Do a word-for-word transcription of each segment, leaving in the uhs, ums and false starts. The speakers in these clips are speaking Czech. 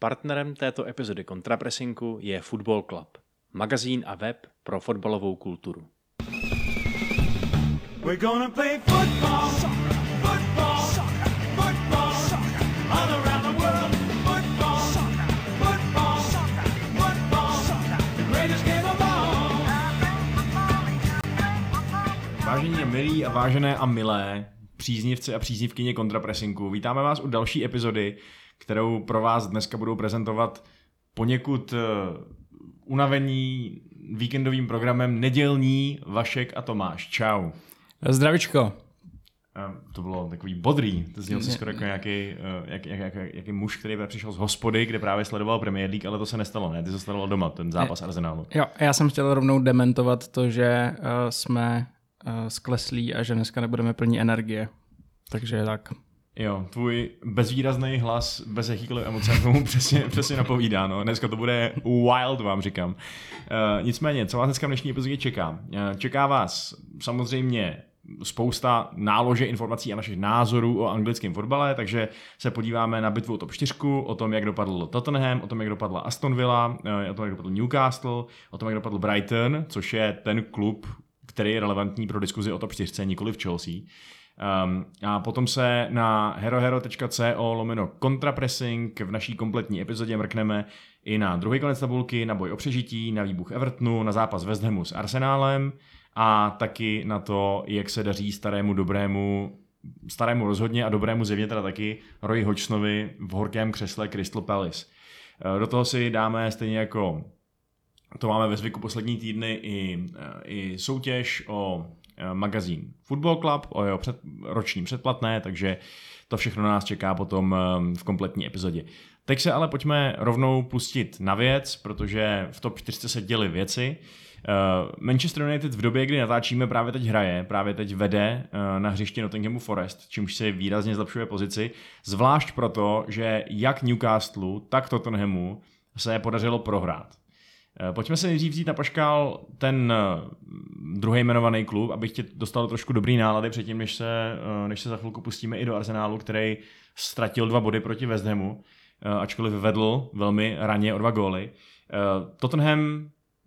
Partnerem této epizody Kontrapressingu je Football Club, magazín a web pro fotbalovou kulturu. We're gonna play football, football, football, all around the world. Football, football, football, the greatest game of all. Vážení a milí a vážené a milé příznivci a příznivkyně Kontrapressingu, vítáme vás u další epizody, kterou pro vás dneska budou prezentovat poněkud uh, unavení víkendovým programem nedělní Vašek a Tomáš. Čau. Zdravičko. Uh, to bylo takový bodrý, to znělo si skoro jako nějaký, uh, jak, jak, jak, jaký muž, který přišel z hospody, kde právě sledoval Premier League, ale to se nestalo, ne? Ty se stalo doma, ten zápas Arsenalu. Jo, já jsem chtěl rovnou dementovat to, že uh, jsme uh, skleslí a že dneska nebudeme plní energie. Takže tak. Jo, tvůj bezvýrazný hlas, bez jakýkoliv emoce tomu přesně, přesně napovídá, no. Dneska to bude wild, vám říkám. Uh, nicméně, co vás dneska v dnešní epizodě čeká? Uh, čeká vás samozřejmě spousta nálože informací a našich názorů o anglickém fotbale, takže se podíváme na bitvu o top čtyři, o tom, jak dopadl Tottenham, o tom, jak dopadla Aston Villa, uh, o tom, jak dopadl Newcastle, o tom, jak dopadl Brighton, což je ten klub, který je relevantní pro diskuzi o top čtyři, nikoli v Chelsea. Um, a potom se na herohero tečka co lomeno kontrapressing v naší kompletní epizodě mrkneme i na druhý konec tabulky, na boj o přežití, na výbuch Evertonu, na zápas West Hamu s Arsenálem a taky na to, jak se daří starému dobrému, starému rozhodně a dobrému zjevně teda taky Roy Hodgsonovi v horkém křesle Crystal Palace. Do toho si dáme stejně jako to máme ve zvyku poslední týdny i, i soutěž o magazín Football Club, o jeho před, ročním předplatné, takže to všechno nás čeká potom v kompletní epizodě. Teď se ale pojďme rovnou pustit na věc, protože v top čtyři se děly věci. Manchester United v době, kdy natáčíme, právě teď hraje, právě teď vede na hřišti Nottinghamu Forest, čímž se výrazně zlepšuje pozici, zvlášť proto, že jak Newcastle, tak Tottenhamu se podařilo prohrát. Pojďme se nejdřív vzít na paškál ten druhý jmenovaný klub, abych tě dostal trošku dobrý nálady předtím, než se, než se za chvilku pustíme i do Arsenálu, který ztratil dva body proti West Hamu, ačkoliv vedl velmi raně o dva góly. Tottenham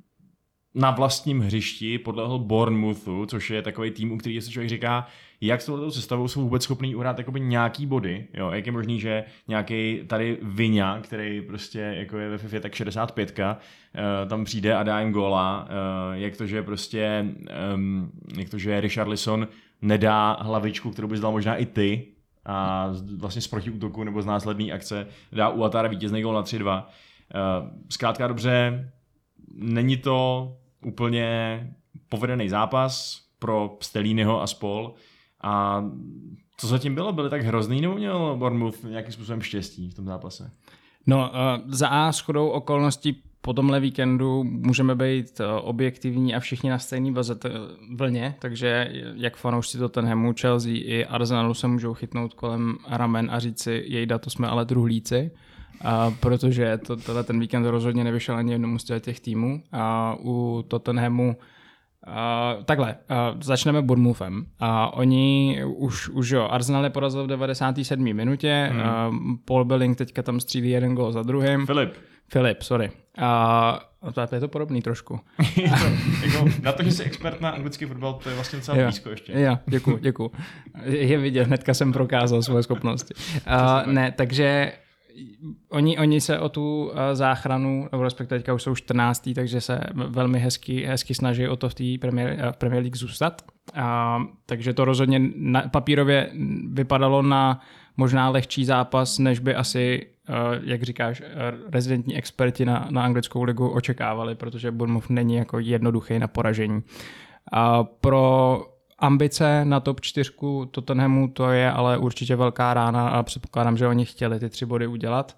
na vlastním hřišti podlehl Bournemouthu, což je takový tým, u který se člověk říká, jak s touto sestavou jsou vůbec schopný uhrát jakoby nějaký body, jo, jak je možný, že nějaký tady Viňa, který prostě jako je ve FIFA tak šedesát pět, uh, tam přijde a dá jim góla, uh, jak to, že prostě um, jak to, že Richarlison nedá hlavičku, kterou bys dal možná i ty a vlastně z protiútoku nebo z následné akce dá Ouattara vítězný gól na tři dva. Uh, zkrátka dobře, není to úplně povedený zápas pro Stelliniho a spol. A co zatím bylo? Byly tak hrozný, nebo měl Bournemouth nějakým způsobem štěstí v tom zápase? No, za A shodou okolností po tomhle víkendu můžeme být objektivní a všichni na stejný vlně, takže jak fanoušci Tottenhamu, Chelsea i Arsenalu se můžou chytnout kolem ramen a říct si, jejda, to jsme ale truhlíci. A protože to, tohle ten víkend rozhodně nevyšel ani jednomu z těch týmů. A u Tottenhamu a, takhle, a, začneme Bournemouthem. A oni už, už jo, Arsenal je porazil v devadesáté sedmé minutě, hmm. a Paul Belling teďka tam střílí jeden gól za druhým. Filip. Filip, sorry. A to je to podobný trošku. jako, na to, že jsi expert na anglický fotbal, to je vlastně docela blízko ještě. Jo, děkuju, děkuju. Je vidět, hnedka jsem prokázal svoje schopnosti. A, ne, takže Oni, oni se o tu záchranu, nebo respektive teďka už jsou čtrnáctý, takže se velmi hezky, hezky snaží o to v té Premier, Premier League zůstat. A, takže to rozhodně na, papírově vypadalo na možná lehčí zápas, než by asi, jak říkáš, rezidentní experti na, na anglickou ligu očekávali, protože Bournemouth není jako jednoduchý na poražení. A pro ambice na top čtyřku Tottenhamu to je ale určitě velká rána a předpokládám, že oni chtěli ty tři body udělat.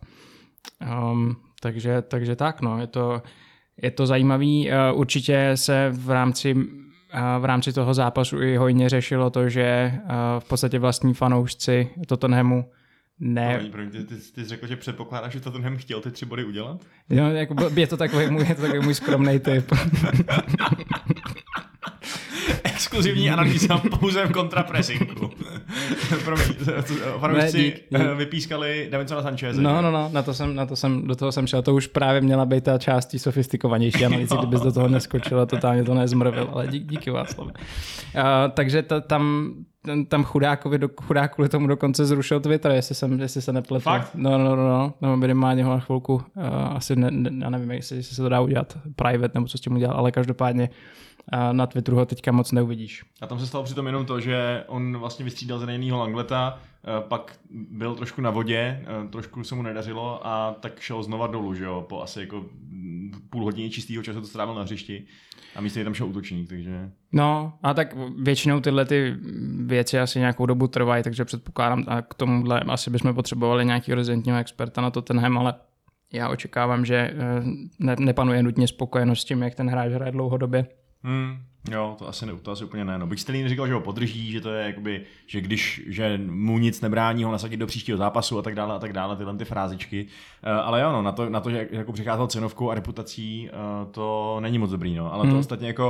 Um, takže, takže tak, no, je to, je to zajímavý. Uh, určitě se v rámci, uh, v rámci toho zápasu i hojně řešilo to, že uh, v podstatě vlastní fanoušci Tottenhamu ne. No, ty, ty, ty jsi řekl, že předpokládáš, že Tottenham chtěl ty tři body udělat? No, jako, je to takový můj, je to takový můj skromný typ. exkluzivní analýza pouze v kontrapresinku. Promiň, fanoušci vypískali Davidsona Sancheze. No, no, no, na to jsem, na to jsem, do toho jsem šel. To už právě měla být ta částí sofistikovanější analýzy, kdybys do toho neskočil a totálně to nezmrvil, ale dí, díky Václav. Uh, takže ta, tam tam chudákovi, do, chudák kvůli tomu dokonce zrušil Twitter, jestli, jsem, jestli se nepletu. Fakt? No, no, no, no, no minimálně ho na chvilku, uh, asi ne, ne, já nevím, jestli, jestli se to dá udělat private, nebo co s tím udělat, ale každopádně uh, na Twitteru ho teďka moc neuvidíš. A tam se stalo přitom jenom to, že on vlastně vystřídal zraněnýho Langleta, uh, pak byl trošku na vodě, uh, trošku se mu nedařilo a tak šel znova dolů, že jo, po asi jako půl hodiny čistého času to strávil na hřišti a místně tam šel útočník, takže... No a tak většinou tyhle ty věci asi nějakou dobu trvají, takže předpokládám a k tomuhle asi bychom potřebovali nějakého rezidentního experta na Tottenham, ale já očekávám, že ne, nepanuje nutně spokojenost s tím, jak ten hráč hraje dlouhodobě. Hmm, jo, to asi, ne, to asi úplně ne. No, Big Stellini říkal, že ho podrží, že to je jakoby, že když, že mu nic nebrání ho nasadit do příštího zápasu a tak dále a tak dále, tyhle ty frázičky. Uh, ale jo, no, na to, na to, že jako přicházel cenovkou a reputací, uh, to není moc dobrý, no. Ale to hmm. ostatně jako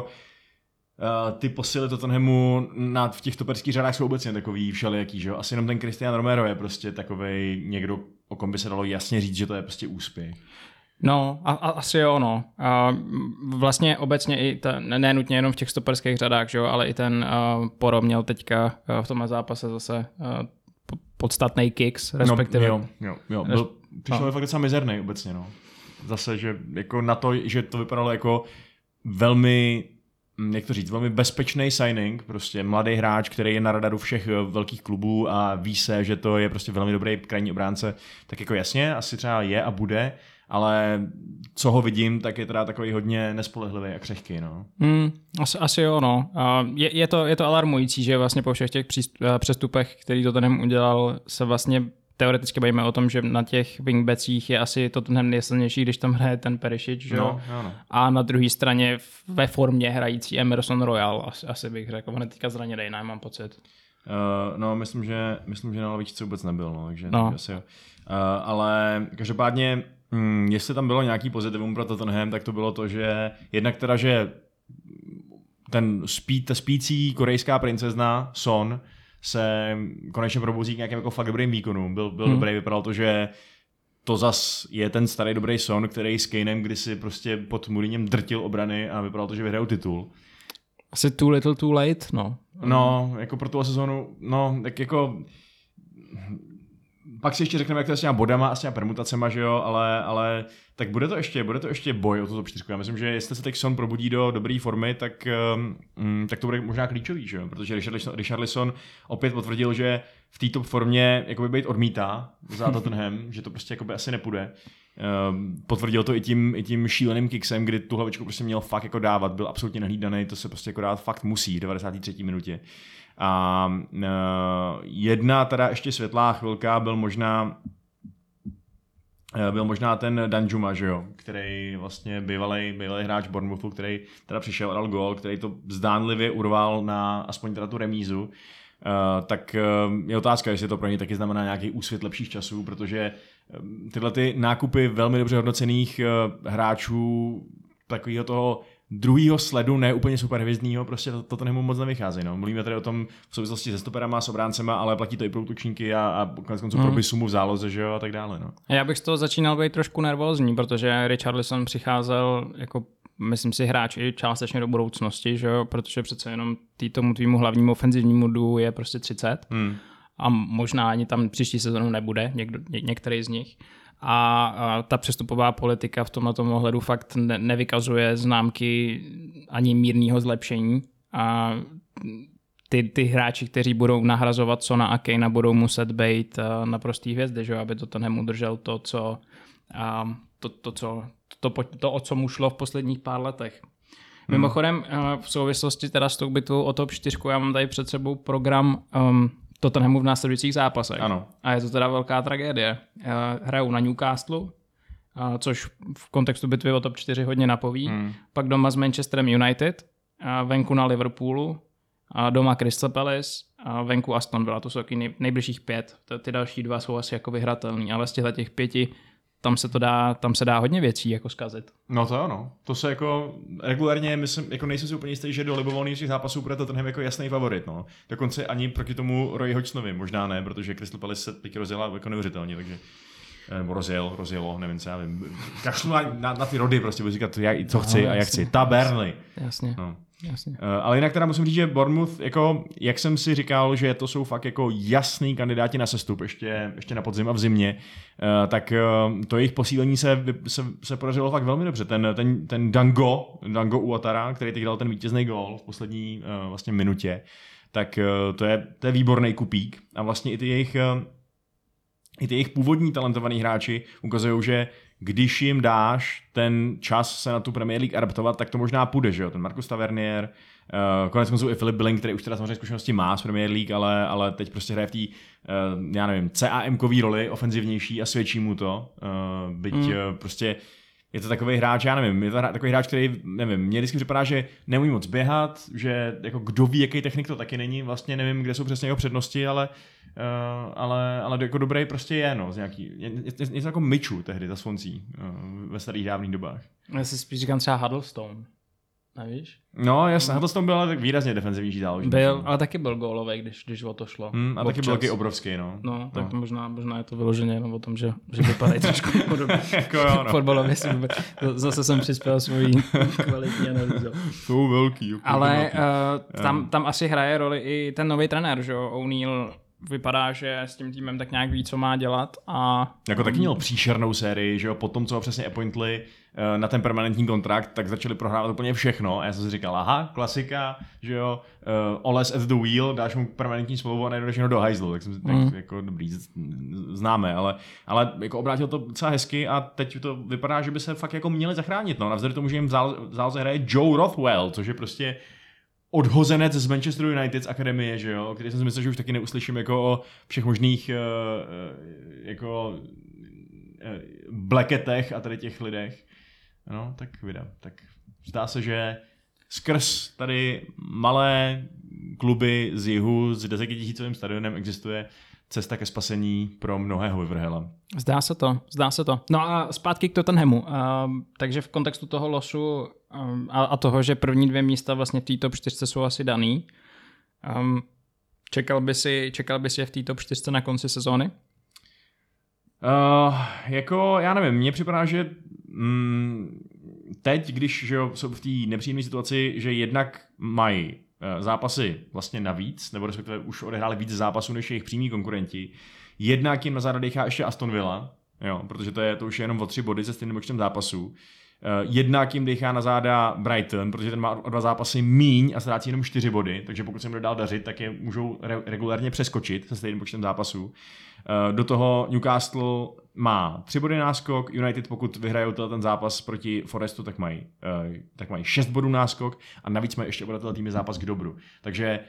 uh, ty posily Tottenhamu na, v těch toperských řadách jsou obecně takový všelijaký, že jo. Asi jenom ten Cristian Romero je prostě takovej někdo, o kom by se dalo jasně říct, že to je prostě úspěch. No, a, a, asi jo, no. A vlastně obecně i, ta, ne nutně jenom v těch stoperských řadách, že jo, ale i ten uh, Poro měl teďka uh, v tomhle zápase zase uh, podstatný kicks, respektive. No, jo, jo, jo. Byl, přišel no. fakt docela mizerný obecně, no. Zase, že jako na to, že to vypadalo jako velmi, jak to říct, velmi bezpečný signing, prostě mladý hráč, který je na radaru všech velkých klubů a ví se, že to je prostě velmi dobrý krajní obránce, tak jako jasně, asi třeba je a bude, ale co ho vidím, tak je teda takový hodně nespolehlivý a křehký, no. Hmm, asi, asi jo, no. Je, je, to, je to alarmující, že vlastně po všech těch přestupech, který to ten udělal, se vlastně teoreticky bavíme o tom, že na těch wingbacích je asi to ten nejsilnější, když tam hraje ten Perisic, že jo? No, no, no. A na druhé straně ve formě hrající Emerson Royal, asi, asi bych řekl, on je teďka zraněnej, mám pocit. Uh, no, myslím, že, myslím, že na lavičce vůbec nebyl, no, takže, no. takže asi jo. Uh, ale každopádně Hmm, jestli tam bylo nějaký pozitivum pro Tottenham, tak to bylo to, že jednak teda, že ten spí, ta spící korejská princezna Son se konečně probouzí k nějakým jako fakt dobrým výkonům. Byl, byl hmm. dobrý, vypadalo to, že to zas je ten starý dobrý Son, který s Kanem kdysi prostě pod Mourinhem drtil obrany a vypadalo to, že vyhrajou titul. Asi too little too late, no. No, jako pro tu sezónu, no, tak jako... Pak si ještě řekneme, jak to je s těma bodama a s těma permutacema, že jo, ale, ale tak bude to ještě, bude to ještě boj o tu top čtyřku. Já myslím, že jestli se teď Son probudí do dobré formy, tak, um, tak to bude možná klíčový, že jo, protože Richarlison opět potvrdil, že v té top formě jakoby být odmítá za Tottenham, že to prostě jakoby asi nepůjde. Um, potvrdil to i tím, i tím šíleným kicksem, kdy tu hlavičku prostě měl fakt jako dávat, byl absolutně nehlídaný, to se prostě jako dát fakt musí v devadesáté třetí minutě. A uh, jedna teda ještě světlá chvilka byl možná uh, byl možná ten Danjuma, že jo, který vlastně bývalý, bývalý hráč Bournemouthu, který teda přišel a dal gól, který to zdánlivě urval na aspoň teda tu remízu. Uh, tak uh, je otázka, jestli to pro ně taky znamená nějaký úsvit lepších časů, protože uh, tyhle ty nákupy velmi dobře hodnocených uh, hráčů takového toho druhýho sledu, ne úplně super hvězdného, prostě to, to, to nemu moc nevychází. No. Mluvíme tady o tom v souvislosti se stoperama, s obráncema, ale platí to i pro útočníky a, a konec konců hmm. pro Bisumu v záloze, že jo, a tak dále. No. Já bych z toho začínal být trošku nervózní, protože Richarlison přicházel jako, myslím si, hráč i částečně do budoucnosti, že jo, protože přece jenom tý, tomu tvýmu hlavnímu ofenzivnímu duo je prostě třicet hmm. a možná ani tam příští sezónu nebude, někdo, ně, některý z nich. A, a ta přestupová politika v tomhle ohledu fakt ne, nevykazuje známky ani mírného zlepšení a ty, ty hráči, kteří budou nahrazovat Sona a Kanea, budou muset být naprostý hvězdy, že? Aby to ten udržel to, co, a, to, to, co, to, to, to, o co mu šlo v posledních pár letech. Hmm. Mimochodem v souvislosti teda s tou bitvou o top čtyři, já mám tady před sebou program um, Tottenhamu v následujících zápasech. Ano. A je to teda velká tragédie. Hrajou na Newcastle, což v kontextu bitvy o top čtyři hodně napoví. Hmm. Pak doma s Manchesterem United, venku na Liverpoolu, doma Crystal Palace, venku Aston Villa. To jsou taky nej, nejbližších pět. Ty další dva jsou asi jako vyhratelný, ale z těchto těch pěti tam se to dá, tam se dá hodně věcí jako zkazit. No to ano, to se jako regulárně, myslím, jako nejsem si úplně jistý, že do libovolných těch bude Tottenham jako jasný favorit, no. Dokonce ani proti tomu Roy Hodgsonovi, možná ne, protože Crystal Palace se teď rozjela jako neuvěřitelně, takže nebo rozjel, rozjelo, nevím co já vím. Kašlu na, na, na ty rody, prostě budu říkat, jak, co chci no, a jak chci. Ta Burnley. Jasně. No. Jasně. Uh, ale jinak teda musím říct, že Bournemouth, jako, jak jsem si říkal, že to jsou fakt jako jasný kandidáti na sestup, ještě, ještě na podzim a v zimě, uh, tak uh, to jejich posílení se, se, se podařilo fakt velmi dobře. Ten, ten, ten Dango, Dango Uatara, který teď dal ten vítězný gól v poslední uh, vlastně minutě, tak uh, to, je, to je výborný kupík a vlastně i ty jejich uh, i ty jejich původní talentovaní hráči ukazují, že když jim dáš ten čas se na tu Premier League adaptovat, tak to možná půjde, že jo? Ten Marcus Tavernier, uh, konec konců i Filip Billing, který už teda samozřejmě zkušenosti má z Premier League, ale, ale teď prostě hraje v té, uh, já nevím, C A M-kový roli, ofenzivnější a svědčí mu to. Uh, byť mm. uh, prostě je to takový hráč, já nevím, je to takový hráč, který, nevím, mně vždycky připadá, že neumí moc běhat, že jako kdo ví, jaký technik to taky není, vlastně nevím, kde jsou přesně jeho přednosti, ale, uh, ale, ale jako dobrý prostě je, no, z nějaký, něco jako Michu tehdy za Swansea uh, ve starých dávných dobách. Já si spíš říkám třeba Huddlestone. Nevíš? No jasně, Huddlestone byl ale tak výrazně defenzivnější záložník. Byl, ale taky byl gólový, když, když o to šlo. Hmm, a taky byl taky obrovský, no. No, tak no. Možná, možná je to vyloženě jenom o tom, že, že vypadají trošku podobně. Jako jo, no. Fotbalově si zase jsem přispěl svojí kvalitní analýzou. Jsou velký. Okay, ale velký. Uh, tam, tam asi hraje roli i ten nový trenér, že jo, O'Neill. Vypadá, že s tím týmem tak nějak ví, co má dělat a... Jako taky měl příšernou sérii, že jo, po tom, co ho přesně appointli uh, na ten permanentní kontrakt, tak začali prohrávat úplně všechno a já jsem si říkal, aha, klasika, že jo, uh, Oles at the wheel, dáš mu permanentní smlouvu a najdeš ho do hajzlu, tak jsem si mm. tak, jako dobrý, známe, ale, ale jako obrátil to docela hezky a teď to vypadá, že by se fakt jako měli zachránit, no, navzdory tomu, že jim v záloze hraje Joe Rothwell, což je prostě odhozenec z Manchester United z akademie, že jo, který jsem si myslel, že už taky neuslyším jako o všech možných uh, jako uh, Blacketech a tady těch lidech. No, tak vydám. Tak zdá se, že skrz tady malé kluby z jihu s desetitisícovým stadionem existuje cesta ke spasení pro mnohého vyvrhela. Zdá se to, zdá se to. No a zpátky k Tottenhamu. Uh, takže v kontextu toho losu um, a, a toho, že první dvě místa vlastně v té top čtyřce jsou asi daný, um, čekal by si, čekal by si je v té top čtyřce na konci sezóny? Uh, jako, já nevím, mně připadá, že mm, teď, když že jo, jsou v té nepříjemné situaci, že jednak mají zápasy vlastně navíc, nebo respektive už odehráli víc zápasů než jejich přímí konkurenti. Jednak jim na záda dechá ještě Aston Villa, jo, protože to, je, to už je jenom o tři body se stejným počtem zápasů. Jednak jim dechá na záda Brighton, protože ten má o dva zápasy míň a ztrácí jenom čtyři body, takže pokud se jim dál dařit, tak je můžou re- regulárně přeskočit se stejným počtem zápasů. Do toho Newcastle má tři body náskok, United pokud vyhrajou ten zápas proti Forestu, tak mají, tak mají šest bodů náskok a navíc mají ještě oba týmy zápas k dobru. Takže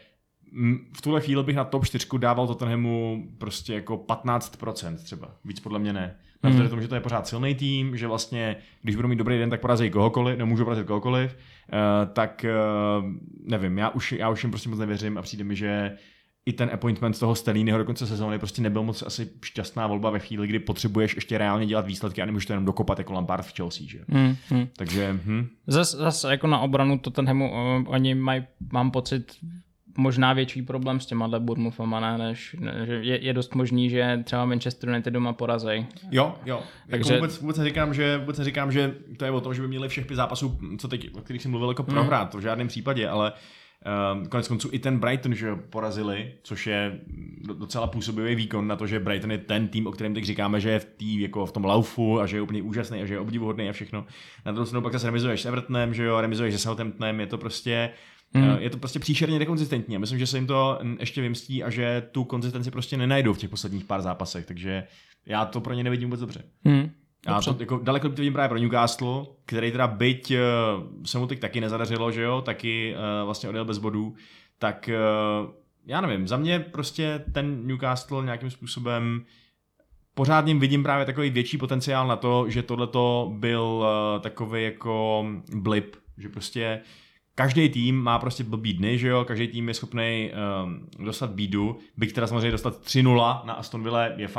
v tuhle chvíli bych na top čtyřku dával Tottenhamu prostě jako patnáct procent třeba, víc podle mě ne. Navzdory hmm. tomu, že to je pořád silný tým, že vlastně, když budou mít dobrý den, tak porazí kohokoliv, nemůžou porazit kohokoliv, uh, tak uh, nevím, já už, já už jim prostě moc nevěřím a přijde mi, že i ten appointment toho Stelliniho do konce sezóny prostě nebyl moc asi šťastná volba ve chvíli, kdy potřebuješ ještě reálně dělat výsledky a nemůžeš to jenom dokopat jako Lampard v Chelsea, že? Hmm, hmm. Takže... Hm. Zas, zas jako na obranu Tottenhamu, uh, oni mají, mám pocit, možná větší problém s těma Bournemouthama, ne, než že je, je dost možný, že třeba Manchester United doma porazej. Jo, jo. Takže jako vůbec, vůbec, neříkám, že, vůbec neříkám, že to je o tom, že by měli všech pět zápasů, co teď, o kterých jsem mluvil, jako prohrát, to v žádném případě, ale um, konec konců i ten Brighton, že porazili, což je docela působivý výkon na to, že Brighton je ten tým, o kterém teď říkáme, že je v, tý, jako v tom laufu a že je úplně úžasný a že je obdivuhodný a všechno. Na druhou stranu pak zase remizuješ s Evertonem, že jo, remizuješ se Southamptonem, je to prostě Hmm. Je to prostě příšerně nekonzistentní a myslím, že se jim to ještě vymstí a že tu konzistenci prostě nenajdou v těch posledních pár zápasech, takže já to pro ně nevidím vůbec dobře. Hmm. Já to jako daleko to vidím právě pro Newcastle, který teda byť se mu teď taky nezadařilo, že jo, taky vlastně odjel bez bodů, tak já nevím, za mě prostě ten Newcastle nějakým způsobem pořád ním vidím právě takový větší potenciál na to, že tohleto byl takový jako blip, že prostě každý tým má prostě blbý dny, že jo, každý tým je schopný um, dostat bídu, byť teda samozřejmě dostat tři nula na Aston Villa je fakt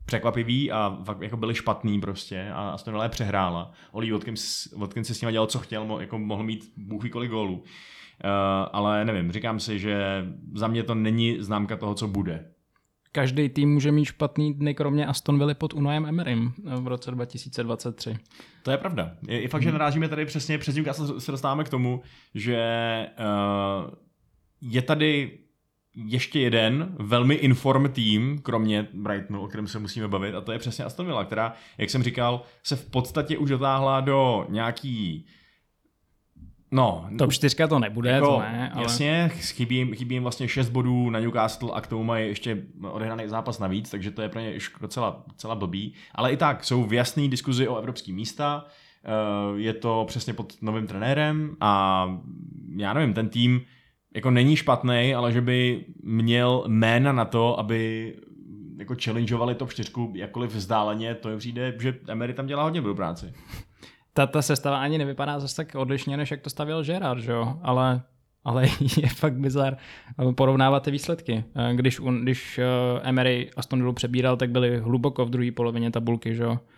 překvapivý a fakt jako byli špatný prostě a Aston Villa je přehrála. Oli Watkins, Watkins si s nimi dělal, co chtěl, mo, jako mohl mít bůh ví kolik gólů. Uh, ale nevím, říkám si, že za mě to není známka toho, co bude. Každý tým může mít špatný dny, kromě Aston Villa pod Unajem Emerym v roce dva tisíce dvacet tři. To je pravda. Je, je fakt, že narážíme tady přesně, přes Newcastle se dostáváme k tomu, že uh, je tady ještě jeden velmi inform tým, kromě Brightonu, o kterém se musíme bavit, a to je přesně Aston Villa, která, jak jsem říkal, se v podstatě už dotáhla do nějaký no, top čtyřka to nebude, jako, to ne, ale... Jasně, chybí jim, chybí jim vlastně šest bodů na Newcastle a k tomu mají ještě odehraný zápas navíc, takže to je pro ně docela, docela blbý. Ale i tak, jsou v jasný diskuzi o evropský místa, je to přesně pod novým trenérem a já nevím, ten tým jako není špatný, ale že by měl jména na to, aby jako challengeovali top čtyřku jakkoliv vzdáleně, to je přijde, že Emery tam dělá hodně dobrou práci. Ta, ta sestava ani nevypadá zase tak odlišně, než jak to stavěl Gerrard, že jo? Ale, ale je fakt bizar porovnávat ty výsledky. Když, un, když Emery Aston Villa přebíral, tak byli hluboko v druhé polovině tabulky, že jo?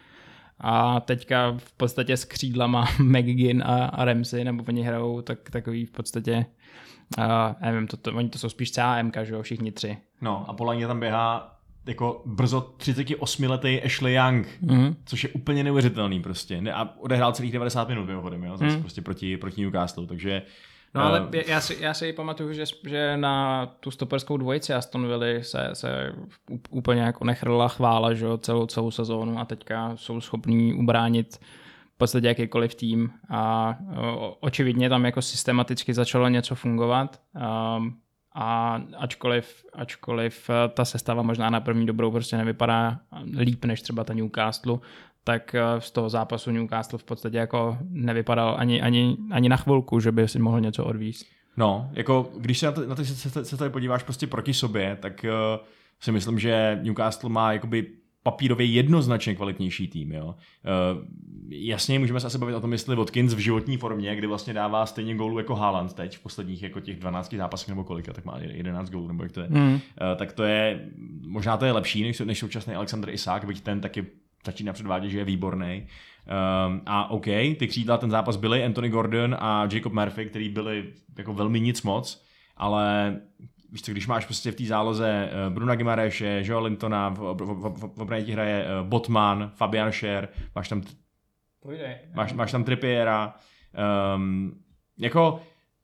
A teďka v podstatě s křídlama McGinn a, a Ramsey, nebo oni hrajou tak, takový v podstatě, uh, nevím, to, to, oni to jsou spíš C A M, že jo, všichni tři. No a Polaně tam běhá jako brzo třicetiosmiletý Ashley Young, mm. což je úplně neuvěřitelný prostě. A odehrál celých devadesát minut mimochodem, jo, zase mm. prostě proti, proti Newcastle, takže... No ale uh, já si, já si pamatuju, že, že na tu stoperskou dvojici Aston Villa se, se úplně jako nechrla chvála, že jo, celou, celou sezónu a teďka jsou schopní ubránit v podstatě jakýkoliv tým a o, očividně tam jako systematicky začalo něco fungovat. Um, A ačkoliv, ačkoliv ta sestava možná na první dobrou prostě nevypadá líp než třeba ta Newcastle, tak z toho zápasu Newcastle v podstatě jako nevypadal ani, ani, ani na chvilku, že by si mohl něco odvíst. No, jako když se na to, na to se, se tady podíváš prostě proti sobě, tak uh, si myslím, že Newcastle má jakoby papírově jednoznačně kvalitnější tým. Jo. Uh, jasně, můžeme se asi bavit o tom, jestli Watkins v životní formě, kdy vlastně dává stejně gólů jako Haaland teď v posledních jako těch dvanácti zápasech nebo kolika, tak má jedenáct gólů, nebo jak to je. Mm. Uh, tak to je, možná to je lepší než, než současný Alexander Isak, byť ten taky začíná předvádět, že je výborný. Um, a OK, ty křídla ten zápas byly Anthony Gordon a Jacob Murphy, který byli jako velmi nic moc, ale víš co, když máš prostě v té záloze Bruna Guimaraesche, Joe Lintona, v, v, v, v obraně ti hraje Botman, Fabian Schär, máš tam Půjde. Máš, máš tam Trippiera, um, jako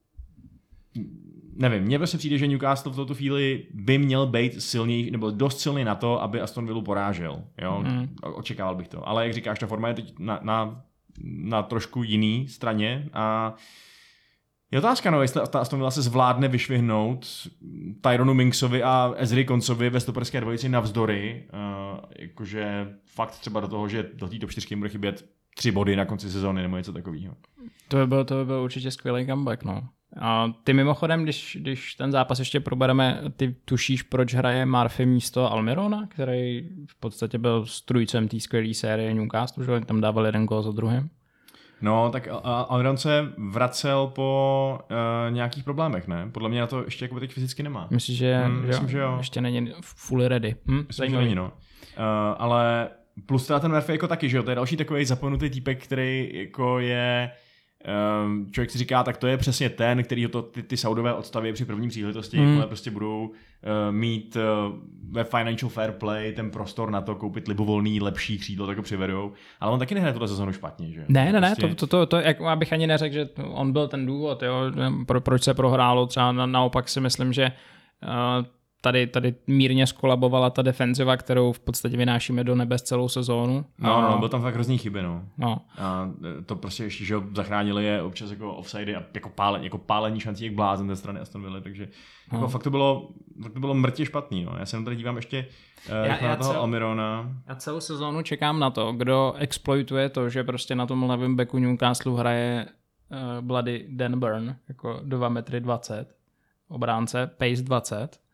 nevím, mně prostě přijde, že Newcastle v této chvíli by měl být silný, nebo dost silný na to, aby Aston Villa porážel, jo, mm. očekával bych to, ale jak říkáš, ta forma je teď na, na, na trošku jiný straně a je otázka, no, jestli ta Aston Villa se zvládne vyšvihnout Tyronu Minksovi a Ezri Konsovi ve stoperské dvojici navzdory, uh, jakože fakt třeba do toho, že do té top čtyřky bude chybět tři body na konci sezóny nebo něco takového. To by byl, to by byl určitě skvělý comeback, no. A ty mimochodem, když, když ten zápas ještě probereme, ty tušíš, proč hraje Murphy místo Almirona, který v podstatě byl strůjcem té skvělé série Newcastle, že tam dával jeden gól za druhým? No, tak Almiron se vracel po uh, nějakých problémech, ne? Podle mě na to ještě jako teď fyzicky nemá. Myslím, že, hmm, že, myslím, že jo. Ještě není fully ready. Hm? Myslím, že není, no. Uh, ale plus teda ten Murphy jako taky, že jo? To je další takový zapomenutý týpek, který jako je... Um, člověk si říká, tak to je přesně ten, který to ty, ty Saudové odstaví při první příležitosti, mm. ale prostě budou uh, mít uh, ve financial fair play ten prostor na to koupit libovolný, lepší křídlo, tak ho přivedou. Ale on taky nehraje tuhle sezonu špatně, že? Ne, ne, prostě... ne, to, to, to, to jako abych ani neřekl, že on byl ten důvod, jo, pro, proč se prohrálo, třeba na, naopak si myslím, že uh, Tady, tady mírně skolabovala ta defenziva, kterou v podstatě vynášíme do nebes celou sezónu. No, no, byl tam fakt hrozný chyby, no. no. A to prostě ještě, že zachránili je občas jako offside a jako, pále, jako pálení šancí jak blázen ze strany Aston Villa, takže no. jako fakt to bylo, fakt to bylo mrtě špatný, no. Já se tady dívám ještě já, jako já na toho cel, Almirona. Já celou sezónu čekám na to, kdo exploituje to, že prostě na tom levém beku Newcastle hraje uh, Bloody Dan Burn, jako dva metry dvacet, obránce, pace dvacet.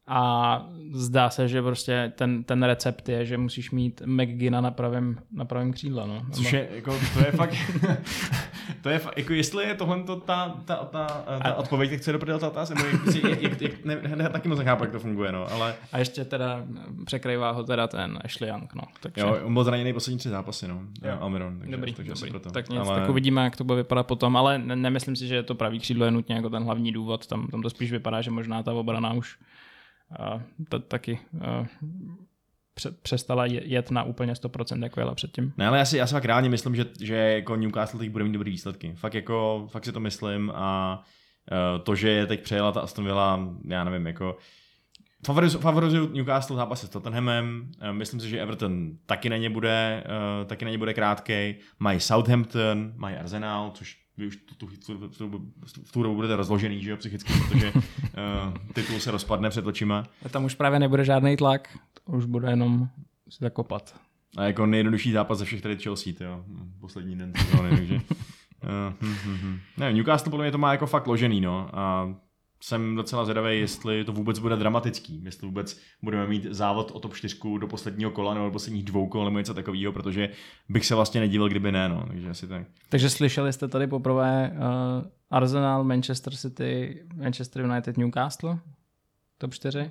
A zdá se, že prostě ten, ten recept je, že musíš mít McGinna na pravém, na pravém křídle. No. Což je, jako, to je fakt... to je fakt, jako jestli je tohle ta, ta, ta, ta, ta odpověď, tak chce doprodat ta otázka, jak, jak, jak, ne, ne, taky moc nechápu, jak to funguje, no, ale... A ještě teda překrývá ho teda ten Ashley Young, no. Takže... Jo, on byl zraněný poslední tři zápasy, no, jo. Almiron, takže, Dobrý, takže dobrý. proto. Tak nic, ale... tak uvidíme, jak to bude vypadat potom, ale ne, nemyslím si, že to pravý křídlo je nutně jako ten hlavní důvod, tam, tam to spíš vypadá, že možná ta obrana už uh, t- taky uh, přestala jet na úplně sto procent, jako jela předtím. Ne, ale já si, já si fakt reálně myslím, že, že jako Newcastle teď bude mít dobrý výsledky. Fakt jako, fakt si to myslím a uh, to, že je teď přejela ta Aston Villa, já nevím, jako favorizuju favorizu Newcastle zápasy s Tottenhamem, uh, myslím si, že Everton taky na ně bude, uh, taky na ně bude krátkej, mají Southampton, mají Arsenal, což vy už tu, tu, tu, tu, v tu dobu budete rozložený, že jo, psychicky, protože uh, titul se rozpadne před očima. A tam už právě nebude žádný tlak, už bude jenom si zakopat. A jako nejjednodušší zápas ze všech tady Chelsea, jo, poslední den sezóny, takže... Uh, hm, hm, hm. Ne, Newcastle podle mě to má jako fakt ložený, no, a jsem docela zvědavý, jestli to vůbec bude dramatický, jestli vůbec budeme mít závod o top čtyři do posledního kola nebo do posledních dvou kol nebo něco takového, protože bych se vlastně nedivil, kdyby ne, no, takže asi tak. Takže slyšeli jste tady poprvé uh, Arsenal, Manchester City, Manchester United, Newcastle? top čtyři?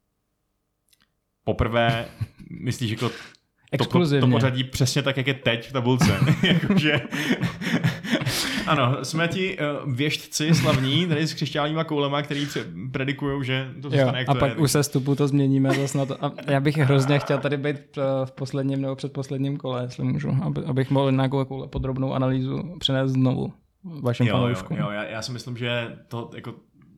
Poprvé, myslíš jako to, to pořadí přesně tak, jak je teď v tabulce, jakože... Ano, jsme ti uh, věštci slavní, tady s křišťálníma koulema, který predikujou, že to zůstane, jak a to pak je. u sestupu to změníme zase na to. A já bych hrozně chtěl tady být v posledním nebo předposledním kole, jestli můžu, aby, abych mohl nějakou takovou podrobnou analýzu přinést znovu vašem fanouškům. Jo, jo, já, já si myslím, že to jako...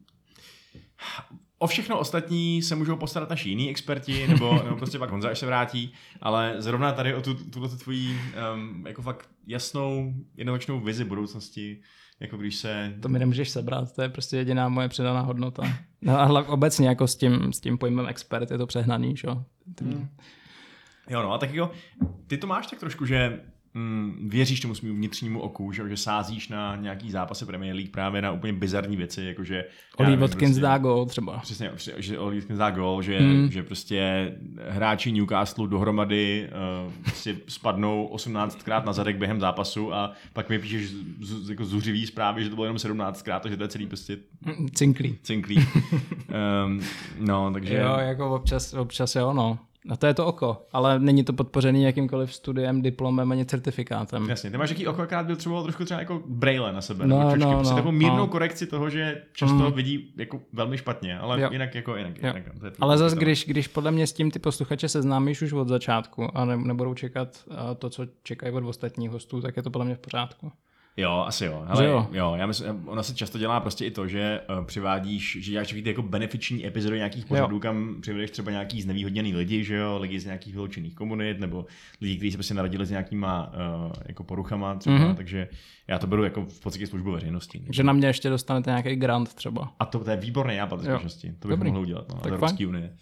O všechno ostatní se můžou postarat naši jiní experti, nebo, nebo prostě pak Honza, až se vrátí, ale zrovna tady o tu, tuto tvoji um, jako fakt jasnou, jednoznačnou vizi budoucnosti, jako když se... To mi nemůžeš sebrat, to je prostě jediná moje přidaná hodnota. No a hlavně obecně jako s tím, s tím pojmem expert je to přehnaný, že jo? Hmm. Jo, no a tak jako, ty to máš tak trošku, že mm, věříš tomu svým vnitřnímu oku, že, že sázíš na nějaký zápasy Premier League právě na úplně bizarní věci, jakože... Oli Watkins prostě, dá gól třeba. Přesně, že Oli Watkins dá gól, že, hmm. že prostě hráči Newcastle dohromady uh, prostě spadnou osmnáctkrát na zadek během zápasu a pak mi píšeš z, z, jako zuřivý zprávy, že to bylo jenom sedmnáctkrát, takže to je celý prostě... Cinklý. Cinklý. um, no, takže... Jo, jako občas, občas jo, no. A to je to oko, ale není to podpořený jakýmkoliv studiem, diplomem ani certifikátem. Jasně, ty máš jaký oko, akorát byl třeba trošku třeba jako braille na sebe, no, nebo čočky, no, prostě no, takovou mírnou no. korekci toho, že často mm. vidí jako velmi špatně, ale jo. jinak jako jinak. jinak to je ale zase, když, když podle mě s tím ty posluchače seznámíš už od začátku a ne, nebudou čekat to, co čekají od ostatních hostů, tak je to podle mě v pořádku. Jo, asi jo. Hele, jo. jo, já myslím, ono se často dělá prostě i to, že uh, přivádíš, že děláš takový ty jako benefiční epizody nějakých pořadů, kam přivedeš třeba nějaký znevýhodněný lidi, že jo, lidi z nějakých vyloučených komunit, nebo lidi, kteří se prostě narodili s nějakýma uh, jako poruchama třeba, mm-hmm. takže já to beru jako v podstatě službu veřejnosti. Že na mě ještě dostanete nějaký grant třeba. A to, to je výborný nápad ve skutečnosti. To bych Dobrý. mohl udělat, no, tak Evropské unie.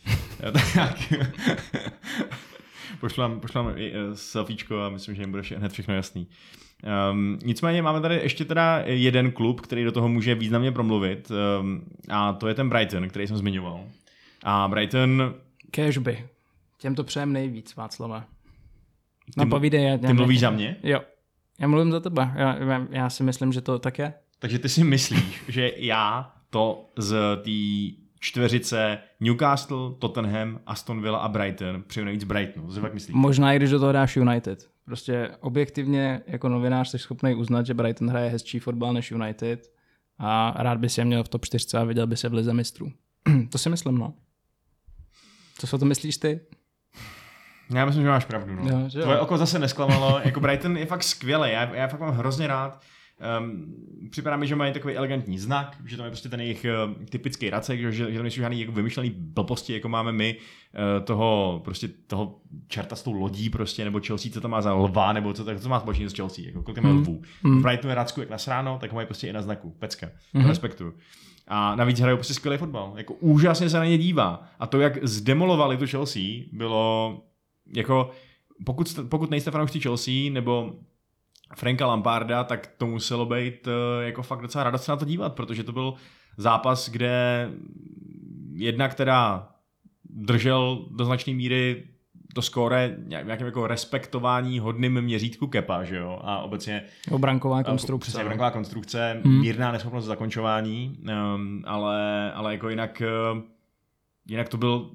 pošlám, pošlám selfiečko a myslím, že jim bude vše, hned všechno jasný. Um, nicméně máme tady ještě teda jeden klub, který do toho může významně promluvit, um, a to je ten Brighton, který jsem zmiňoval. A Brighton... Cashby. Těm to přejem nejvíc, Václave. No povídej. Já, ty mluvíš za mě? Jo. Já mluvím za tebe. Já, já, já si myslím, že to tak je. Takže ty si myslíš, že já to z té čtveřice Newcastle, Tottenham, Aston Villa a Brighton přeju nejvíc Brightonu. To si fakt myslíš? Možná i když do toho dáš United. Prostě objektivně jako novinář jsi schopný uznat, že Brighton hraje hezčí fotbal než United a rád by si je měl v top čtyři a viděl by se v lize mistrů. To si myslím, no. Co si o to myslíš ty? Já myslím, že máš pravdu. No. Jo, že Tvoje jo. oko zase nesklamalo. Jako Brighton je fakt skvělý. Já, já fakt mám hrozně rád. Um, připadá mi, že mají takový elegantní znak, že tam je prostě ten jejich uh, typický racek, že, že tam nejsou žádný jako vymyšlený blbosti, jako máme my, uh, toho prostě toho čerta s tou lodí prostě, nebo Chelsea, co tam má za lva, nebo co, co má společně s Chelsea, jako kolik má mm. lvů. Mm. V Brightonu je racku jak nasráno, tak ho mají prostě i na znaku, pecka, mm. to respektuju. A navíc hrajou prostě skvělý fotbal, jako úžasně se na ně dívá. A to, jak zdemolovali tu Chelsea, bylo jako, pokud, pokud nejste fanoušci Chelsea, nebo Franka Lamparda, tak to muselo být uh, jako fakt docela radost se na to dívat, protože to byl zápas, kde jedna, která držel do značné míry to skóre nějakým jako respektování hodným měřítku Kepa, že jo, a obecně obranková konstrukce. Přesně, obranková konstrukce, hmm. mírná neschopnost zakončování, um, ale, ale jako jinak, uh, jinak to byl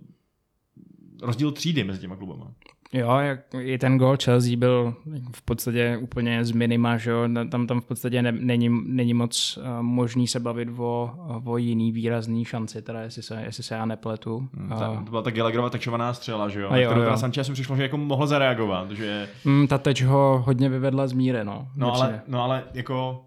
rozdíl třídy mezi těma klubama. Jo, jak i ten gól Chelsea byl v podstatě úplně z minima, že jo, tam, tam v podstatě ne, není, není moc uh, možný se bavit o, o jiný výrazný šanci, teda jestli se, jestli se já nepletu. Hmm, ta, to byla ta Gallagherova tečovaná střela, že jo, a jo, kterou jo. Sanchez mi přišlo, že jako mohl zareagovat, že... Mm, ta teč ho hodně vyvedla z míry, no. No ale, no ale jako...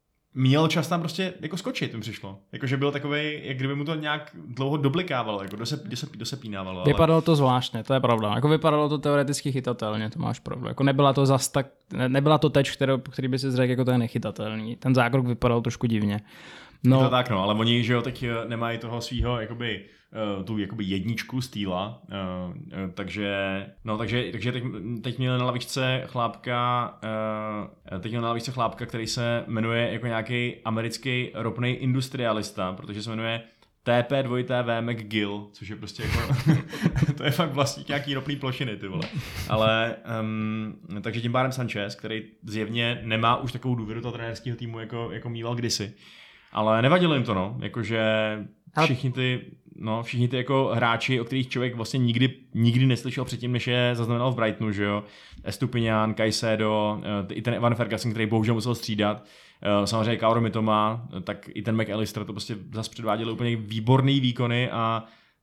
Měl čas tam prostě jako skočit, mi přišlo. Jakože byl takovej, jak kdyby mu to nějak dlouho doblikávalo, jako dosep, dosep, dosepínávalo. Ale... Vypadalo to zvláštně, to je pravda. Jako vypadalo to teoreticky chytatelně, to máš pravdu. Jako nebyla to zas tak, ne, nebyla to teč, kterou, který by si řekl, jako to je nechytatelný. Ten zákrok vypadal trošku divně. No. Je to tak, no, ale oni, že jo, teď nemají toho svýho, jakoby, uh, tu jakoby jedničku stýla, uh, uh, takže, no, takže, takže teď, teď měl na lavičce chlápka, uh, teď měl na lavičce chlápka, který se jmenuje jako nějaký americký ropný industrialista, protože se jmenuje T P dva V McGill, což je prostě jako, to je fakt vlastník nějaký ropný plošiny, ty vole. Ale, um, takže tím pádem Sanchez, který zjevně nemá už takovou důvěru toho trenérského týmu, jako, jako mýval kdysi. Ale nevadilo jim to, no, jakože všichni ty, no, všichni ty jako hráči, o kterých člověk vlastně nikdy, nikdy neslyšel předtím, než je zaznamenal v Brightonu, že jo, Estupiñán, Caicedo, i ten Evan Ferguson, který bohužel musel střídat, samozřejmě Kaoru Mitoma, tak i ten McAllister, to prostě zase předváděli úplně výborný výkony a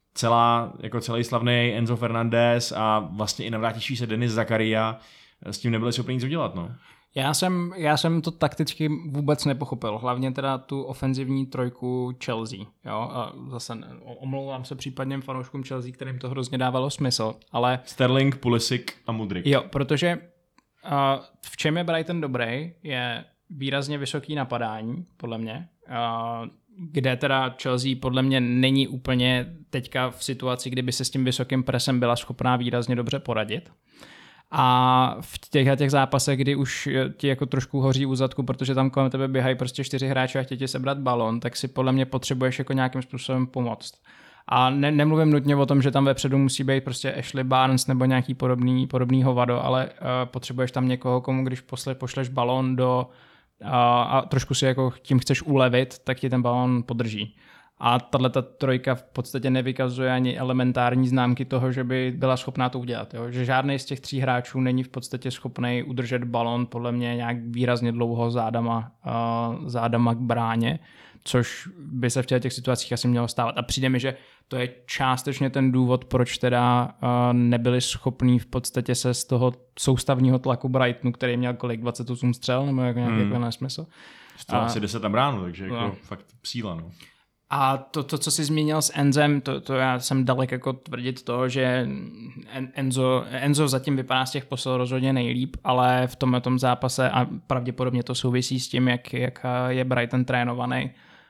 celá, jako celý slavný Enzo Fernandez a vlastně i navrátící se Denis Zakaria s tím nebyli schopni nic udělat, no. Já jsem, já jsem to takticky vůbec nepochopil, hlavně teda tu ofenzivní trojku Chelsea, jo, a zase omlouvám se případně fanouškům Chelsea, kterým to hrozně dávalo smysl, ale... Sterling, Pulisic a Mudryk. Jo, protože uh, v čem je Brighton dobrý, je výrazně vysoký napadání, podle mě, uh, kde teda Chelsea podle mě není úplně teďka v situaci, kdyby se s tím vysokým presem byla schopná výrazně dobře poradit. A v těch těch zápasech, kdy už ti jako trošku hoří u zadku, protože tam kolem tebe běhají prostě čtyři hráči a chtějí ti sebrat balon, tak si podle mě potřebuješ jako nějakým způsobem pomoct. A ne, nemluvím nutně o tom, že tam vepředu musí být prostě Ashley Barnes nebo nějaký podobný, podobný hovado, ale uh, potřebuješ tam někoho, komu když posle, pošleš balon do uh, a trošku si jako tím chceš ulevit, tak ti ten balon podrží. A tato trojka v podstatě nevykazuje ani elementární známky toho, že by byla schopná to udělat. Jo? Že žádný z těch tří hráčů není v podstatě schopný udržet balon podle mě nějak výrazně dlouho zádama, uh, zádama k bráně, což by se v těch situacích asi mělo stávat. A přijde mi, že to je částečně ten důvod, proč teda uh, nebyli schopní v podstatě se z toho soustavního tlaku Brightonu, který měl kolik, dvacet osm střel, nebo jako nějaký hmm. nesmysl. To asi deset tam ráno, takže jako no. fakt síla, no. A to, to, co jsi zmínil s Enzem, to, to já jsem dalek jako tvrdit to, že Enzo, Enzo zatím vypadá z těch posil rozhodně nejlíp, ale v tomhle tom zápase a pravděpodobně to souvisí s tím, jak, jak je Brighton trénovaný.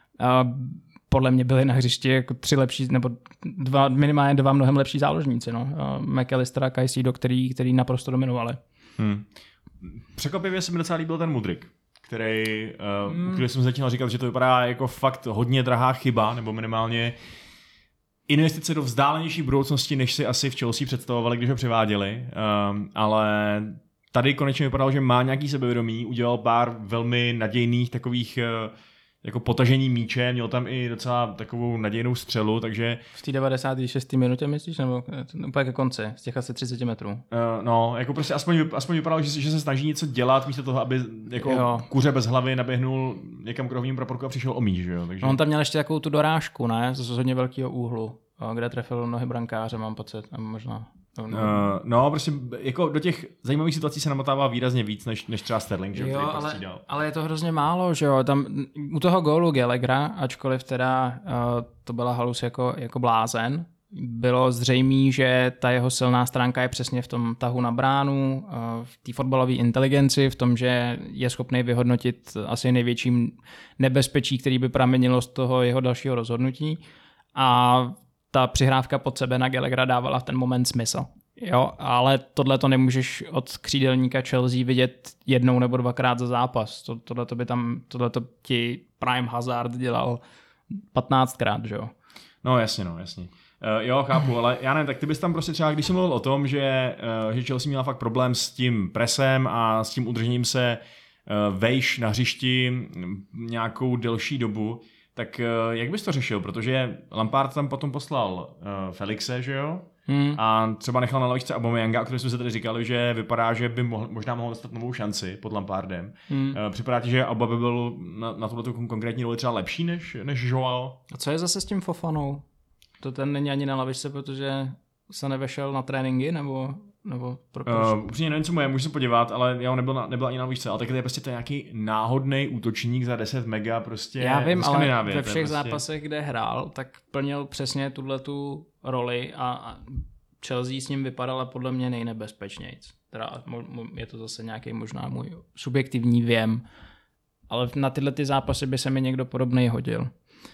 Podle mě byli na hřišti jako tři lepší, nebo dva, minimálně dva mnohem lepší záložníci. No. McAllister a Caicedo, který, který naprosto dominovali. Hmm. Překvapivě se mi docela líbil ten Mudryk, který, uh, hmm. který jsem začal říkat, že to vypadá jako fakt hodně drahá chyba, nebo minimálně investice do vzdálenější budoucnosti, než si asi v Chelsea představovali, když ho přiváděli, um, ale tady konečně vypadalo, že má nějaký sebevědomí, udělal pár velmi nadějných takových uh, jako potažení míče, měl tam i docela takovou nadějnou střelu, takže... V té devadesáté šesté minutě myslíš, nebo úplně ke konci, z těch asi třicet metrů? Uh, no, jako prostě aspoň, aspoň vypadalo, že, že se snaží něco dělat, místo toho, aby jako jo. kuře bez hlavy naběhnul někam k rohovnímu praporku a přišel o míč, že jo? Takže... No, on tam měl ještě takovou tu dorážku, ne? Z hodně velkého úhlu, kde trefil nohy brankáře, mám pocit, možná... No, no. Uh, no, prostě jako do těch zajímavých situací se namotává výrazně víc, než, než třeba Sterling, že jo, ale, ale je to hrozně málo, že jo, tam u toho gólu Gallaghera, ačkoliv teda uh, to byla halus jako, jako blázen, bylo zřejmé, že ta jeho silná stránka je přesně v tom tahu na bránu, uh, v té fotbalové inteligenci, v tom, že je schopný vyhodnotit asi největším nebezpečí, který by pramenilo z toho jeho dalšího rozhodnutí a ta přihrávka pod sebe na Gallaghera dávala v ten moment smysl. Jo, ale tohle to nemůžeš od křídelníka Chelsea vidět jednou nebo dvakrát za zápas. To, tohle to by tam, tohle to ti Prime Hazard dělal patnáctkrát, že jo? No jasně, no jasně. Uh, jo, chápu, ale já nevím, tak ty bys tam prostě třeba, když jsem mluvil o tom, že, uh, že Chelsea měla fakt problém s tím presem a s tím udržením se uh, vejš na hřišti nějakou delší dobu, tak uh, jak bys to řešil? Protože Lampard tam potom poslal uh, Felixe, že jo? Hmm. A třeba nechal na lavičce Aubameyanga, o kterém jsme se tady říkali, že vypadá, že by mohl, možná mohl dostat novou šanci pod Lampardem. Hmm. Uh, připadá ti, že Auba by byl na, na tohleto konkrétní roli třeba lepší než, než Joao? A co je zase s tím Fofanou? To ten není ani na lavičce, protože se nevešel na tréninky, nebo, nebo pro uh, upřímně nevím, co mu je, můžu se podívat, ale já nebyl, na, nebyl ani na lavičce, ale tak to je prostě to nějaký náhodný útočník za deset mega prostě. Já vím, ale ve všech prostě... zápasech, kde hrál, tak plnil přesně tuhletu roli a, a Chelsea s ním vypadala podle mě nejnebezpečnějc. Teda je to zase nějaký možná můj subjektivní věm, ale na tyhle ty zápasy by se mi někdo podobnej hodil.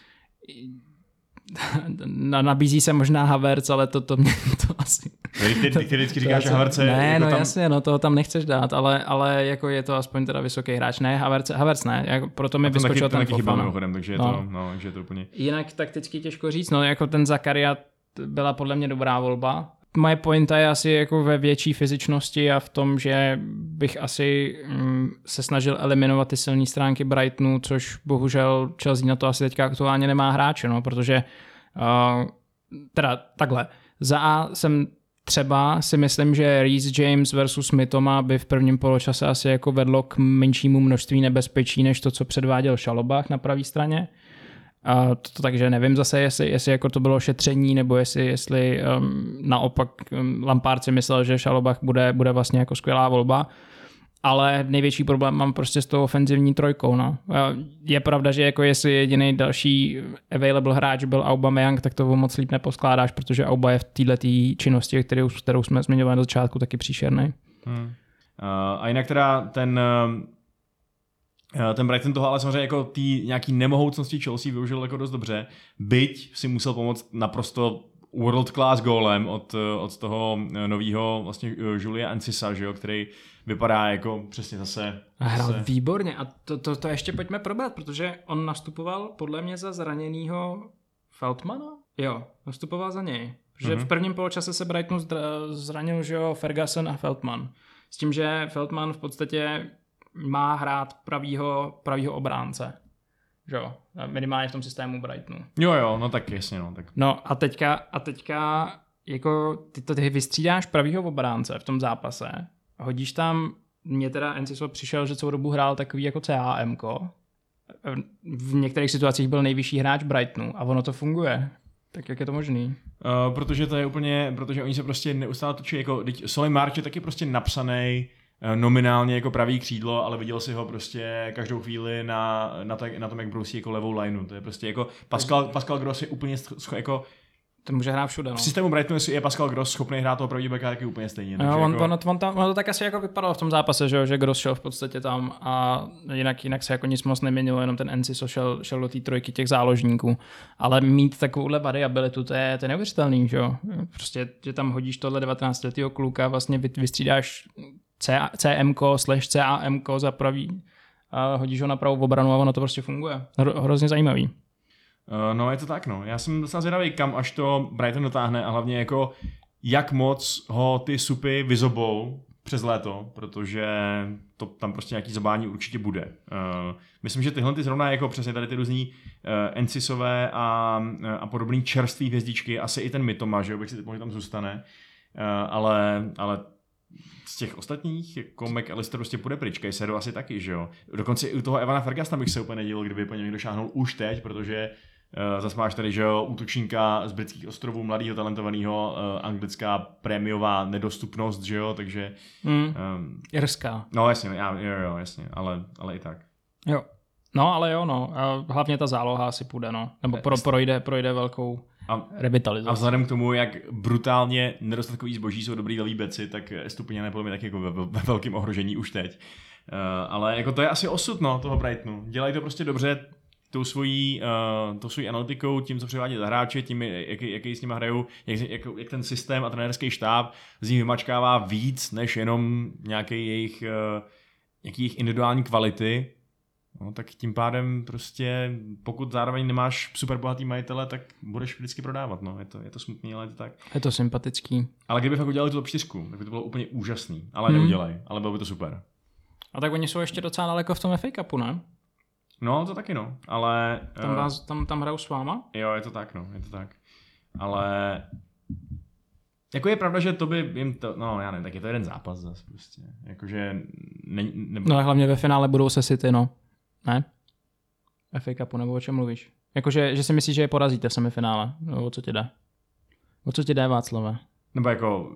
Nabízí se možná Havertz, ale to, to mě to asi... Ty, ty, ty vždycky říkáš, že Havertz je... Ne, jako no tam... jasně, no toho tam nechceš dát, ale, ale jako je to aspoň teda vysoký hráč. Ne, Havertz, Havertz ne, jako proto mi vyskočil ten Fofana. Takže je no. to, no, že je to úplně... Jinak takticky těžko říct, no jako ten Zakaria byla podle mě dobrá volba. Moje pointa je asi jako ve větší fyzičnosti a v tom, že bych asi mm, se snažil eliminovat ty silné stránky Brightonu, což bohužel Chelsea na to asi teďka aktuálně nemá hráče, no, protože uh, teda takhle, za A jsem třeba si myslím, že Reece James versus Mitoma by v prvním poločase asi jako vedlo k menšímu množství nebezpečí, než to, co předváděl Šalobách na pravé straně. Uh, to, to, takže nevím zase, jestli, jestli jako to bylo šetření, nebo jestli, jestli um, naopak um, Lampard si myslel, že Šalobach bude, bude vlastně jako skvělá volba. Ale největší problém mám prostě s tou ofenzivní trojkou. No. Uh, je pravda, že jako jestli jediný další available hráč byl Aubameyang, tak to moc líp neposkládáš, protože Auba je v této činnosti, kterou, kterou jsme zmiňovali na začátku, taky příšerný. Hmm. Uh, a jinak teda ten... Uh... Ten Brighton toho ale samozřejmě jako tý nějaký nemohoucnosti Chelsea využil jako dost dobře, byť si musel pomoct naprosto world class gólem od, od toho nového vlastně Julia Encisa, že jo, který vypadá jako přesně zase... A hrál zase... výborně a to, to, to ještě pojďme probrat, protože on nastupoval podle mě za zraněnýho Feldmana? Jo, nastupoval za něj. Protože mm-hmm. v prvním poločase se Brightonu zranil, že jo, Ferguson a Feldman. S tím, že Feldman v podstatě má hrát pravýho, pravýho obránce. Jo, minimálně v tom systému Brightonu. Jo, jo, no tak jasně, no. Tak. No a teďka, a teďka jako ty to ty vystřídáš pravýho obránce v tom zápase, hodíš tam, mně teda Enciso přišel, že celou dobu hrál takový jako C A M ko. V některých situacích byl nejvyšší hráč Brightonu a ono to funguje. Tak jak je to možný? Uh, protože to je úplně, protože oni se prostě neustále točí, jako, Solly March je taky prostě napsaný nominálně jako pravý křídlo, ale viděl si ho prostě každou chvíli na, na, tak, na tom, jak brousí jako levou lineu. To je prostě jako Pascal, Pascal Gross je úplně sch, jako to může hrát všude, no. V systému Brightonu je Pascal Gross schopný hrát toho pravý beka taky úplně stejně. No, on, jako... on, on, tam, on to tak asi jako vypadalo v tom zápase, že, že Gross šel v podstatě tam a jinak, jinak se jako nic moc neměnilo, jenom ten Enciso šel, šel do té trojky těch záložníků. Ale mít takovouhle variabilitu, to je, to je neuvěřitelný, že jo. Prostě, že tam hodíš tohle devatenáctiletého kluka, vlastně vystřídáš C M ko slash C A M ko za pravý a hodíš ho na pravou obranu a ono to prostě funguje. Hro, hrozně zajímavý. Uh, no je to tak, no. Já jsem docela zvědavý, kam až to Brighton dotáhne a hlavně jako jak moc ho ty supy vyzobou přes léto, protože to tam prostě nějaký zobání určitě bude. Uh, myslím, že tyhle ty zrovna jako přesně tady ty různý uh, Encisové a, a podobný čerstvý hvězdičky, asi i ten Mitoma, že jo, bych si typoval, že tam zůstane, uh, ale, ale z těch ostatních, jako McAllister prostě půjde pryč, Caicedo asi taky, že jo. Dokonce i u toho Evana Fergusona bych se úplně nedíval, kdyby po něm někdo šáhnul už teď, protože uh, zase máš tady, že jo, útočníka z britských ostrovů, mladýho, talentovaného, uh, anglická prémiová nedostupnost, že jo, takže... Mm. Um, Irská. No jasně, já, jo, jo, jasně, ale, ale i tak. Jo. No, ale jo, no. A hlavně ta záloha asi půjde, no. Nebo pro, projde, projde velkou a, revitalizaci. A vzhledem k tomu, jak brutálně nedostatkový zboží jsou dobrý leví beci, tak Estupiňané podle mě taky jako ve, ve velkém ohrožení už teď. Uh, ale jako to je asi osud, no, toho Brightonu. Dělají to prostě dobře tou svojí, uh, tou svojí analytikou, tím, co převádí za hráče, tím, jak, jaký s nimi hrajou, jak, jak, jak ten systém a trenérský štáb z nich vymačkává víc, než jenom nějaký jejich, uh, nějaký jejich individuální kvality. No, tak tím pádem prostě, pokud zároveň nemáš super bohatý majitele, tak budeš vždycky prodávat, no. Je to, je to smutný, ale je to tak. Je to sympatický. Ale kdyby fakt udělali tu top čtyři, tak by to bylo úplně úžasný. Ale Hmm. neudělají, ale bylo by to super. A tak oni jsou ještě docela daleko v tom F A Cupu, ne? No, to taky no, ale... Tam, eh, vás, tam, tam hrajou s váma? Jo, je to tak, no, je to tak. Ale... Jako je pravda, že to by jim to... No, já nevím, tak je to jeden zápas zase prostě. Jakože... Ne, nebo... No a hlavně ve finále budou se City, no. Ne? F A Cupu, nebo o čem mluvíš? Jakože, že si myslíš, že je porazíte v semifinále. No, o co ti jde? O co ti jde, Václave? Nebo jako...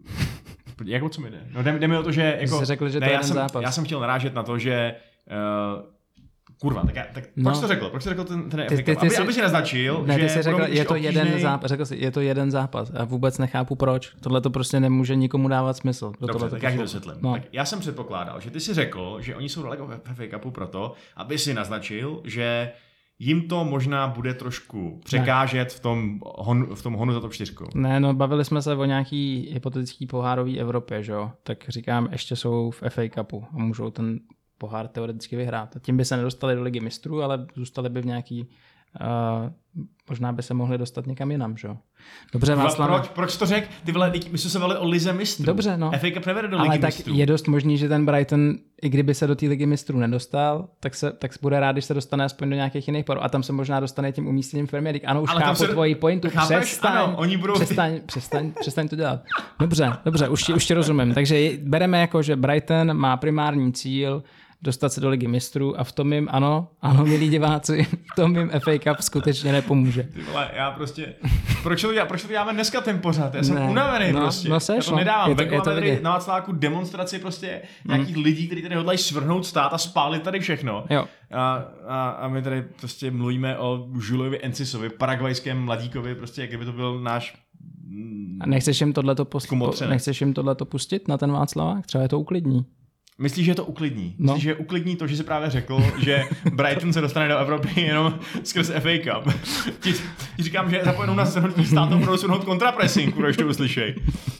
Jako co mi jde? No jde, jde mi o to, že... Jako, Jsi řekl, že to ne, je já jeden jsem, zápas. Já jsem chtěl narážet na to, že... Uh, kurva, tak, já, tak No. proč jsi to řekl? Proč jsi řekl ten, ten Ty- F A ty- Cup? ty Aby, jsi- aby si naznačil, Ne, že... ty jsi řekl, budou je to obtížnej- jeden zápas. Řekl jsi, je to jeden zápas. A vůbec nechápu proč. Tohle to prostě nemůže nikomu dávat smysl. Do Dobře, tohleto tak já ti to poslouchat. vysvětlím. No. Tak já jsem předpokládal, že ty si řekl, že oni jsou daleko v F A Cupu proto, aby si naznačil, že jim to možná bude trošku překážet v tom, hon, v tom honu za top čtyřku. Ne, no bavili jsme se o nějaký hypotetický pohárový Evropě, že jo? Tak říkám, ještě jsou v F A Cupu a můžou ten pohár teoreticky vyhrát. A tím by se nedostali do ligy mistrů, ale zůstali by v nějaký... Uh, možná by se mohli dostat někam jinam, že jo? Dobře, Václav. Proč, proč to řekl? Ty vole, my jsme se bavili o lize mistrů. Dobře, no. F A Cup nevede do ligy Ale tak mistrů. je dost možný, že ten Brighton, i kdyby se do té ligy mistrů nedostal, tak se tak bude rád, když se dostane aspoň do nějakých jiných porů. A tam se možná dostane tím umístěním v Premier League. Ano, už Ale tam chápu se- tvoji pointu. chápeš? Přestaň, Ano, oni budou- přestaň, přestaň, přestaň to dělat. Dobře, dobře, už ti, už ti rozumím. Takže je- bereme jako, že Brighton má primární cíl dostat se do ligy mistrů a v tom jim, ano, ano, milí diváci, v tom jim F A Cup skutečně nepomůže. Ty vole, já prostě... Proč to, dělá, proč to děláme dneska ten pořad? Já jsem Ne, unavený no, prostě. no seš, já to no. nedávám. Je to- Venku je to máme tady vidět. na Václaváku demonstraci prostě nějakých lidí, kteří tady hodlají svrhnout stát a spálit tady všechno. Jo. A, a, a my tady prostě mluvíme o Julovi Encisovi, paragvajském mladíkovi, prostě jak kdyby to byl náš... mm, A nechceš jim tohleto, post... Komotřenek. nechceš jim tohleto pustit na ten Václavák? Třeba je to uklidní. Myslíš, že je to uklidní? No. Myslíš, že je uklidní to, že jsi právě řekl, že Brighton se dostane do Evropy jenom skrz F A Cup? Ti, ti říkám, že zapojenou na shrnutí státu budou sunout kontrapressing, kurva, ještě uslyšej.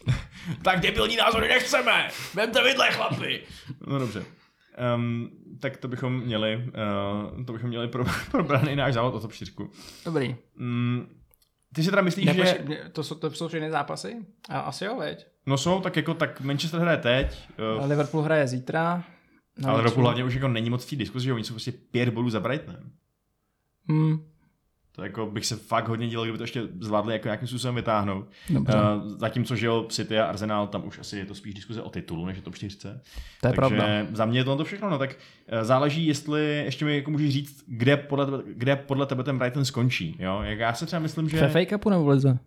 Tak debilní názory nechceme! Vemte vidle, chlapi! No dobře. Um, tak to bychom měli, uh, to bychom měli pro, probraný náš závod o top čtyři. Dobrý. Um, ty si teda myslíš, Nepoč, že... to, jsou, to jsou všechny zápasy? A asi jo, veď. No jsou, tak jako, tak Manchester hraje teď. Uh, Liverpool hraje zítra. ale Liverpool hlavně už jako není moc v té diskuzi, že oni jsou prostě pět bodů za Brightonem. Hmm, To jako bych se fakt hodně dělal, kdyby to ještě zvládli jako nějakým způsobem vytáhnout. dobře. Uh, zatímco, že jo, City a Arsenal, tam už asi je to spíš diskuze o titulu, než je to čtyřce. To je Takže pravda. za mě je to všechno, no tak uh, záleží, jestli ještě mi jako můžeš říct, kde podle, tebe, kde podle tebe ten Brighton skončí, jo? Jak já se třeba myslím, že... V F A Cupu nebo v lize?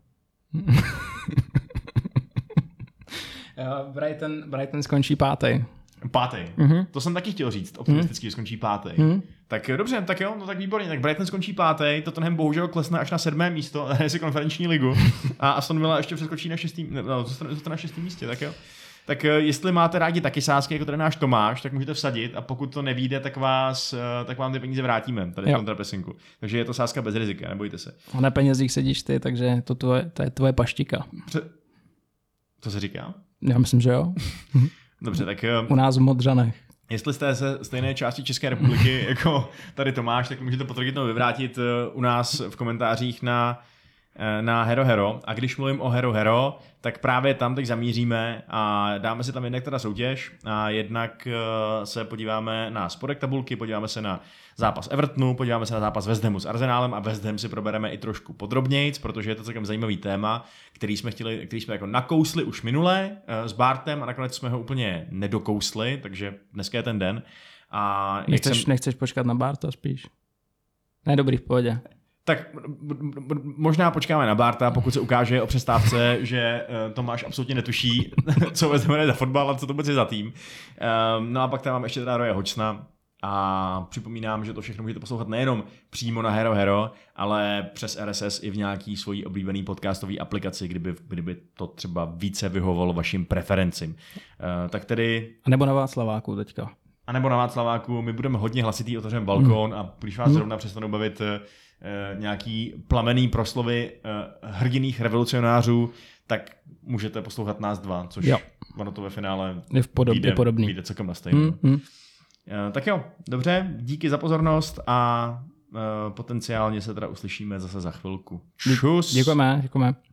Jo, Brighton, Brighton skončí pátý. Pátý. Mhm. To jsem taky chtěl říct, optimisticky, že skončí pátý. Mhm. Tak jo, dobře, tak jo, no tak výborně. Tak Brighton skončí pátý, Tottenham bohužel klesne až na sedmé místo, hraje si konferenční ligu a Aston Villa ještě přeskočí na šestý, no, zůstane na šestém místě, tak jo. Tak eh, jestli máte rádi taky sázky, jako tady náš Tomáš, tak můžete vsadit a pokud to nevíde, tak vás, eh, tak vám ty peníze vrátíme tady v Jo. kontrapresinku. Takže je to sázka bez rizika, nebojte se. A na penězích sedíš ty, takže to, tvoje, to je tvoje paštika. Pře- to se říká? Já myslím, že jo. Dobře, tak eh, U nás v Modřanech. jestli jste ze stejné části České republiky jako tady Tomáš, tak můžete potvrdit nebo vyvrátit eh, u nás v komentářích na, eh, na Hero Hero. A když mluvím o Hero Hero, tak právě tam teď zamíříme a dáme si tam jednak teda soutěž a jednak eh, se podíváme na spodek tabulky, podíváme se na zápas Evertonu, podíváme se na zápas West Hamu s Arsenálem a West Ham si probereme i trošku podrobnějc, protože je to celkem zajímavý téma, který jsme chtěli, který jsme jako nakousli už minule eh, s Bartem a nakonec jsme ho úplně nedokousli, takže dneska je ten den. A jak Nechceš, jsem, nechceš počkat na Barta spíš? Ne, dobrý, v pohodě. tak b- b- b- možná počkáme na Barta, pokud se ukáže o přestávce, že eh, Tomáš absolutně netuší, co West Ham je za fotbal a co to bude za tým. Um, no a pak tam mám ještě teda Roye Hodgsona. A připomínám, že to všechno můžete poslouchat nejenom přímo na Hero Hero, ale přes R S S i v nějaký svojí oblíbený podcastové aplikaci, kdyby, kdyby to třeba více vyhovovalo vašim preferencím. Uh, tak tedy... A nebo na Václaváku teďka. A nebo na Václaváku, my budeme hodně hlasitý, otevřeme balkón a když vás zrovna přestanou bavit uh, nějaký plamený proslovy uh, hrdinných revolucionářů, tak můžete poslouchat nás dva, což Jo. ono to ve finále Je v podob, vyjde, je podobný. vyjde celkem na stejno. Hmm, hmm. Tak jo, dobře, díky za pozornost a potenciálně se teda uslyšíme zase za chvilku. Čus. Děkujeme, děkujeme.